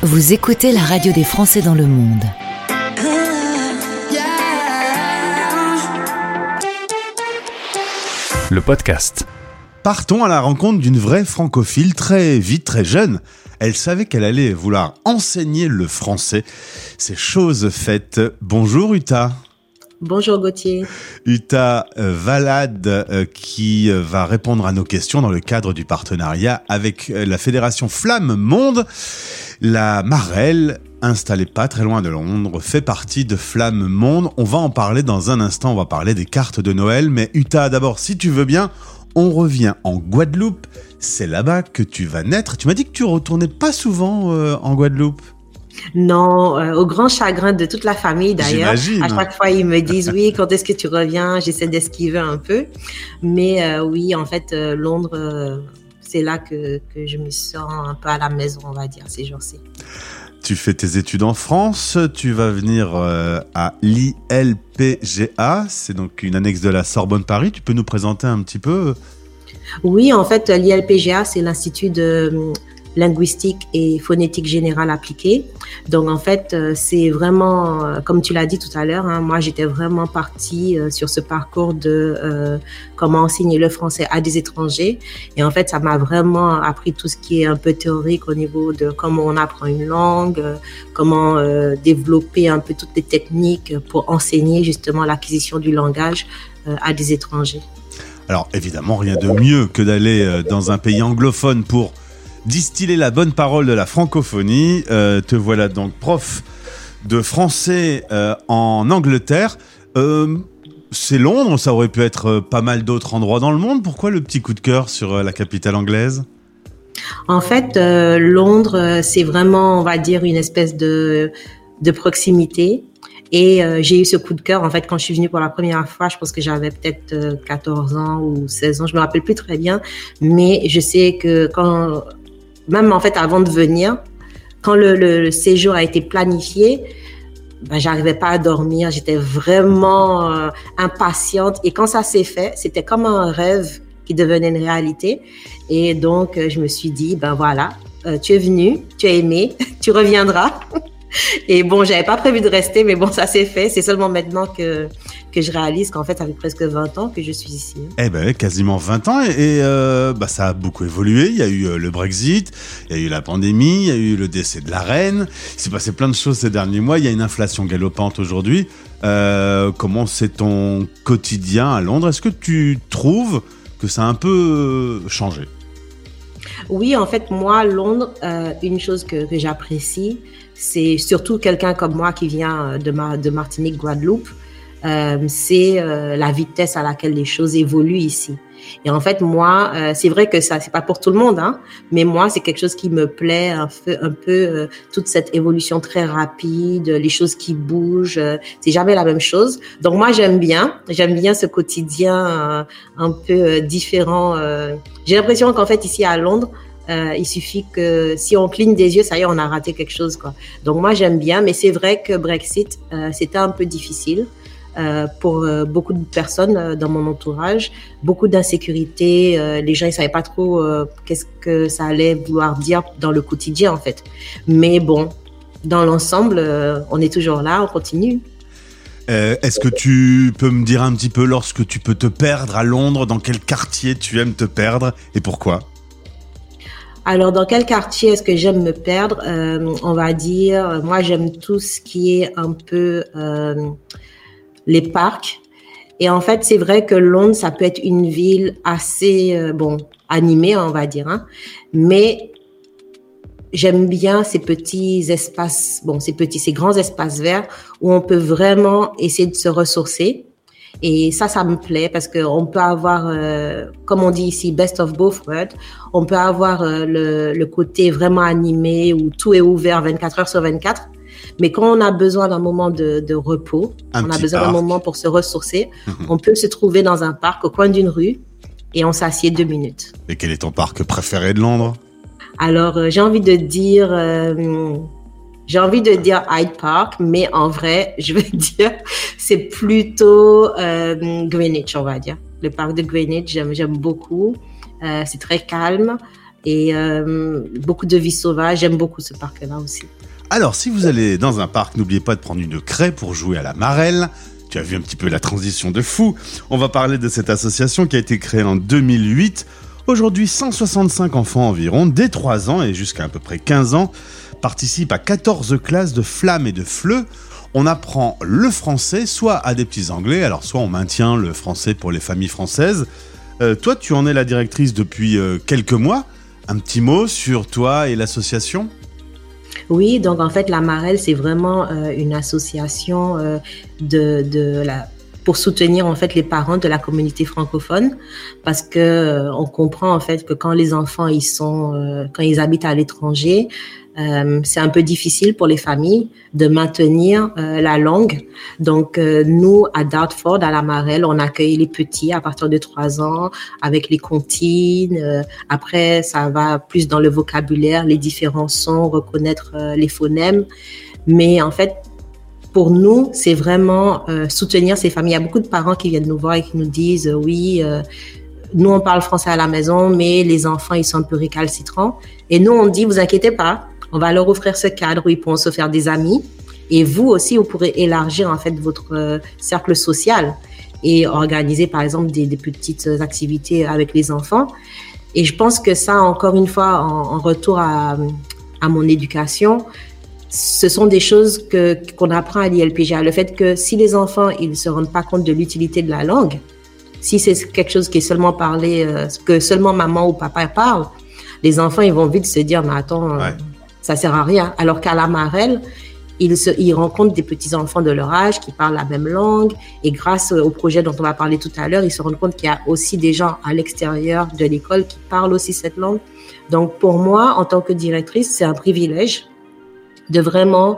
Vous écoutez la radio des Français dans le monde. Le podcast. Partons à la rencontre d'une vraie francophile très vite, très jeune. Elle savait qu'elle allait vouloir enseigner le français. C'est chose faite. Bonjour Uta. Bonjour Gauthier. Uta Valade qui va répondre à nos questions dans le cadre du partenariat avec la Fédération Flamme Monde. La Marelle, installée pas très loin de Londres, fait partie de Flamme Monde. On va en parler dans un instant, on va parler des cartes de Noël. Mais Uta, d'abord, si tu veux bien, on revient en Guadeloupe. C'est là-bas que tu vas naître. Tu m'as dit que tu retournais pas souvent en Guadeloupe. Non, au grand chagrin de toute la famille d'ailleurs. J'imagine. À chaque fois, ils me disent oui, quand est-ce que tu reviens? J'essaie d'esquiver un peu. Mais oui, en fait, Londres, c'est là que je me sens un peu à la maison, on va dire, ces jours-ci. Tu fais tes études en France, tu vas venir à l'ILPGA, c'est donc une annexe de la Sorbonne Paris. Tu peux nous présenter un petit peu? Oui, en fait, l'ILPGA, c'est l'Institut de linguistique et phonétique générale appliquée. Donc, en fait, c'est vraiment, comme tu l'as dit tout à l'heure, moi, j'étais vraiment partie sur ce parcours de comment enseigner le français à des étrangers. Et en fait, ça m'a vraiment appris tout ce qui est un peu théorique au niveau de comment on apprend une langue, comment développer un peu toutes les techniques pour enseigner justement l'acquisition du langage à des étrangers. Alors, évidemment, rien de mieux que d'aller dans un pays anglophone pour distiller la bonne parole de la francophonie. Te voilà donc prof de français en Angleterre. C'est Londres, ça aurait pu être pas mal d'autres endroits dans le monde. Pourquoi le petit coup de cœur sur la capitale anglaise ? En fait, Londres, c'est vraiment, on va dire, une espèce de proximité. Et j'ai eu ce coup de cœur, en fait, quand je suis venue pour la première fois. Je pense que j'avais peut-être 14 ans ou 16 ans, je me rappelle plus très bien. Mais je sais que même en fait, avant de venir, quand le séjour a été planifié, j'arrivais pas à dormir. J'étais vraiment impatiente. Et quand ça s'est fait, c'était comme un rêve qui devenait une réalité. Et donc, je me suis dit, voilà, tu es venu, tu as aimé, tu reviendras. Et bon, j'avais pas prévu de rester, mais bon, ça s'est fait. C'est seulement maintenant que je réalise qu'en fait, ça fait presque 20 ans que je suis ici. Eh ben, quasiment 20 ans et ça a beaucoup évolué. Il y a eu le Brexit, il y a eu la pandémie, il y a eu le décès de la reine. Il s'est passé plein de choses ces derniers mois. Il y a une inflation galopante aujourd'hui. Comment c'est ton quotidien à Londres ? Est-ce que tu trouves que ça a un peu changé ? Oui, en fait, moi, Londres, une chose que j'apprécie, c'est surtout quelqu'un comme moi qui vient de Martinique, Guadeloupe, c'est la vitesse à laquelle les choses évoluent ici. Et en fait, moi, c'est vrai que ça, c'est pas pour tout le monde, mais moi, c'est quelque chose qui me plaît un peu toute cette évolution très rapide, les choses qui bougent, c'est jamais la même chose. Donc moi, j'aime bien ce quotidien un peu différent. J'ai l'impression qu'en fait, ici à Londres, il suffit que si on cligne des yeux, ça y est, on a raté quelque chose, quoi. Donc moi, j'aime bien, mais c'est vrai que Brexit, c'était un peu difficile. Pour beaucoup de personnes dans mon entourage, beaucoup d'insécurité, les gens ils savaient pas trop qu'est-ce que ça allait vouloir dire dans le quotidien en fait. Mais bon, dans l'ensemble, on est toujours là, on continue. Est-ce que tu peux me dire un petit peu, lorsque tu peux te perdre à Londres, dans quel quartier tu aimes te perdre et pourquoi ? Alors, dans quel quartier est-ce que j'aime me perdre ? On va dire, moi j'aime tout ce qui est un peu les parcs. Et en fait, c'est vrai que Londres, ça peut être une ville assez, animée, on va dire, mais j'aime bien ces petits espaces, ces grands espaces verts où on peut vraiment essayer de se ressourcer. Et ça me plaît parce qu'on peut avoir, comme on dit ici, best of both worlds. On peut avoir le côté vraiment animé où tout est ouvert 24 heures sur 24. Mais quand on a besoin d'un moment de repos, on a besoin d'un moment pour se ressourcer, on peut se trouver dans un parc au coin d'une rue et on s'assied 2 minutes. Et quel est ton parc préféré de Londres ? Alors, j'ai envie de dire Hyde Park, mais en vrai, je veux dire, c'est plutôt Greenwich, on va dire. Le parc de Greenwich, j'aime beaucoup. C'est très calme. et beaucoup de vie sauvage. J'aime beaucoup ce parc-là aussi. Alors, si vous allez dans un parc, n'oubliez pas de prendre une craie pour jouer à la marelle. Tu as vu un petit peu la transition de fou. On va parler de cette association qui a été créée en 2008. Aujourd'hui, 165 enfants environ, dès 3 ans et jusqu'à à peu près 15 ans, participent à 14 classes de flammes et de fleu. On apprend le français, soit à des petits anglais, alors soit on maintient le français pour les familles françaises. Toi, tu en es la directrice depuis quelques mois. Un petit mot sur toi et l'association ? Oui, donc en fait, la Marelle, c'est vraiment une association pour soutenir en fait les parents de la communauté francophone, parce que on comprend en fait que quand les enfants quand ils habitent à l'étranger, c'est un peu difficile pour les familles de maintenir la langue. Donc nous à Dartford, à la Marelle, on accueille les petits à partir de 3 ans avec les comptines. Après, ça va plus dans le vocabulaire, les différents sons, reconnaître les phonèmes. Mais en fait, pour nous, c'est vraiment soutenir ces familles. Il y a beaucoup de parents qui viennent nous voir et qui nous disent oui. Nous, on parle français à la maison, mais les enfants, ils sont un peu récalcitrants. Et nous, on dit, vous inquiétez pas, on va leur offrir ce cadre où ils pourront se faire des amis. Et vous aussi, vous pourrez élargir en fait votre cercle social et organiser, par exemple, des petites activités avec les enfants. Et je pense que ça, encore une fois, en retour à mon éducation, ce sont des choses qu'on apprend à l'ILPGA. Le fait que si les enfants, ils ne se rendent pas compte de l'utilité de la langue, si c'est quelque chose qui est seulement parlé, que seulement maman ou papa parlent, les enfants, ils vont vite se dire, mais attends, ça sert à rien. Alors qu'à la Marelle, ils rencontrent des petits-enfants de leur âge qui parlent la même langue. Et grâce au projet dont on va parler tout à l'heure, ils se rendent compte qu'il y a aussi des gens à l'extérieur de l'école qui parlent aussi cette langue. Donc, pour moi, en tant que directrice, c'est un privilège de vraiment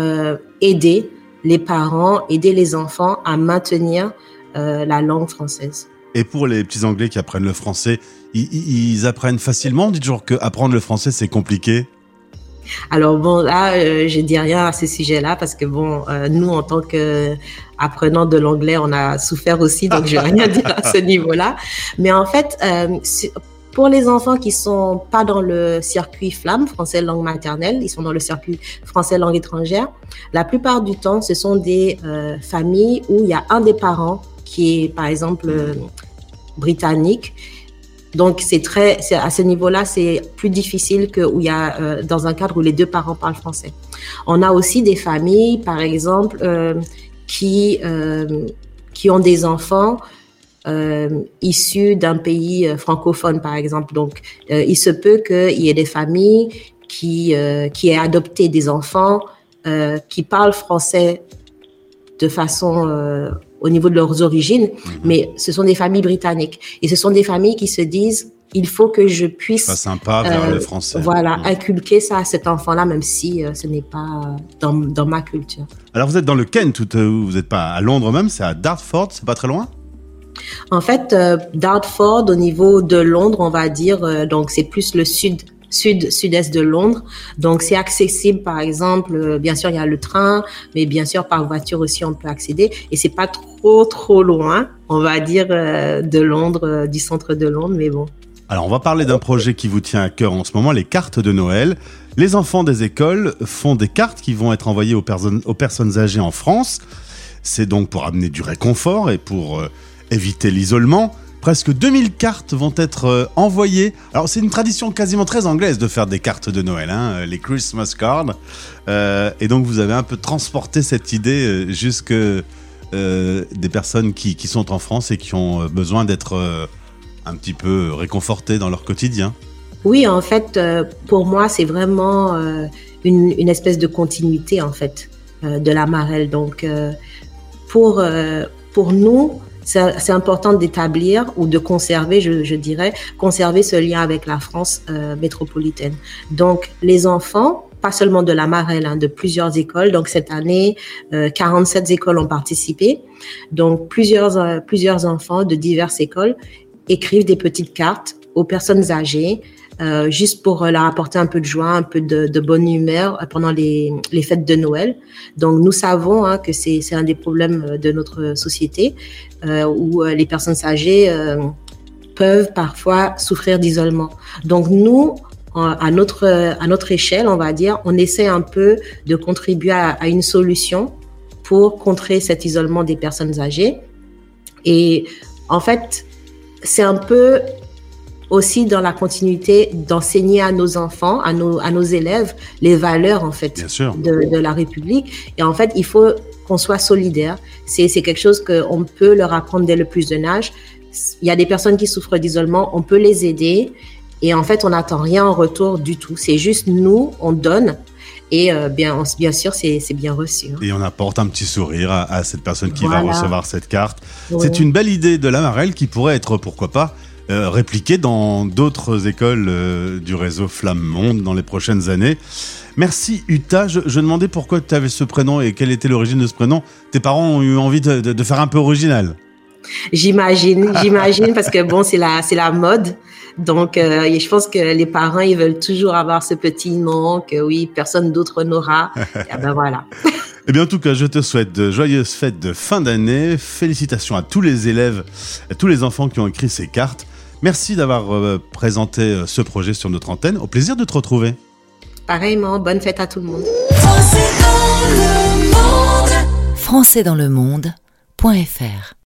aider les parents, aider les enfants à maintenir la langue française. Et pour les petits Anglais qui apprennent le français, ils apprennent facilement? On dit toujours qu'apprendre le français, c'est compliqué. Alors bon, là, je dis rien à ce sujet-là parce que bon, nous, en tant qu'apprenants de l'anglais, on a souffert aussi, donc je vais rien dire à ce niveau-là. Mais en fait, pour les enfants qui sont pas dans le circuit FLAM, français langue maternelle, ils sont dans le circuit français langue étrangère, la plupart du temps, ce sont des familles où il y a un des parents qui est, par exemple, britannique. Donc, c'est à ce niveau-là, c'est plus difficile que où il y a dans un cadre où les deux parents parlent français. On a aussi des familles, par exemple, qui ont des enfants issus d'un pays francophone, par exemple. Donc, il se peut qu'il y ait des familles qui aient adopté des enfants qui parlent français de façon au niveau de leurs origines, mais ce sont des familles britanniques. Et ce sont des familles qui se disent, il faut que je puisse... Pas sympa vers le français. Voilà, inculquer ça à cet enfant-là, même si ce n'est pas dans ma culture. Alors, vous êtes dans le Kent, vous n'êtes pas à Londres même, c'est à Dartford, c'est pas très loin? En fait, Dartford, au niveau de Londres, on va dire, donc c'est plus le sud-est de Londres. Donc, c'est accessible, par exemple, bien sûr, il y a le train, mais bien sûr, par voiture aussi, on peut accéder. Et c'est pas trop loin, on va dire, de Londres, du centre de Londres, mais bon. Alors, on va parler d'un projet qui vous tient à cœur en ce moment, les cartes de Noël. Les enfants des écoles font des cartes qui vont être envoyées aux personnes âgées en France. C'est donc pour amener du réconfort et pour éviter l'isolement. Presque 2000 cartes vont être envoyées. Alors, c'est une tradition quasiment très anglaise de faire des cartes de Noël, hein, les Christmas cards. Et donc, vous avez un peu transporté cette idée jusque des personnes qui sont en France et qui ont besoin d'être un petit peu réconfortées dans leur quotidien. Oui, en fait, pour moi, c'est vraiment une espèce de continuité, en fait, de la Marelle. Donc, pour nous, c'est important d'établir ou de conserver, je dirais, conserver ce lien avec la France métropolitaine. Donc, les enfants, pas seulement de la Marelle, hein, de plusieurs écoles. Donc, cette année, 47 écoles ont participé. Donc, plusieurs enfants de diverses écoles écrivent des petites cartes aux personnes âgées, juste pour leur apporter un peu de joie, un peu de bonne humeur pendant les fêtes de Noël. Donc, nous savons que c'est un des problèmes de notre société où les personnes âgées peuvent parfois souffrir d'isolement. Donc nous, à notre échelle, on va dire, on essaie un peu de contribuer à une solution pour contrer cet isolement des personnes âgées. Et en fait, c'est un peu aussi dans la continuité d'enseigner à nos enfants, à nos élèves, les valeurs en fait de la République. Et en fait, il faut qu'on soit solidaire. C'est quelque chose qu'on peut leur apprendre dès le plus jeune âge. Il y a des personnes qui souffrent d'isolement, on peut les aider. Et en fait, on n'attend rien en retour du tout. C'est juste nous, on donne. Et bien sûr, c'est bien reçu. Hein. Et on apporte un petit sourire à cette personne qui va recevoir cette carte. Oui. C'est une belle idée de la Marelle qui pourrait être, pourquoi pas, répliquée dans d'autres écoles du réseau Flamme Monde dans les prochaines années. Merci Uta. Je demandais pourquoi tu avais ce prénom et quelle était l'origine de ce prénom. Tes parents ont eu envie de faire un peu original. J'imagine, parce que bon, c'est la mode. Donc, je pense que les parents, ils veulent toujours avoir ce petit nom que oui, personne d'autre n'aura. Et ben voilà. Eh bien, en tout cas, je te souhaite de joyeuses fêtes de fin d'année. Félicitations à tous les élèves, à tous les enfants qui ont écrit ces cartes. Merci d'avoir présenté ce projet sur notre antenne. Au plaisir de te retrouver. Pareillement, bonne fête à tout le monde. Françaisdanslemonde.fr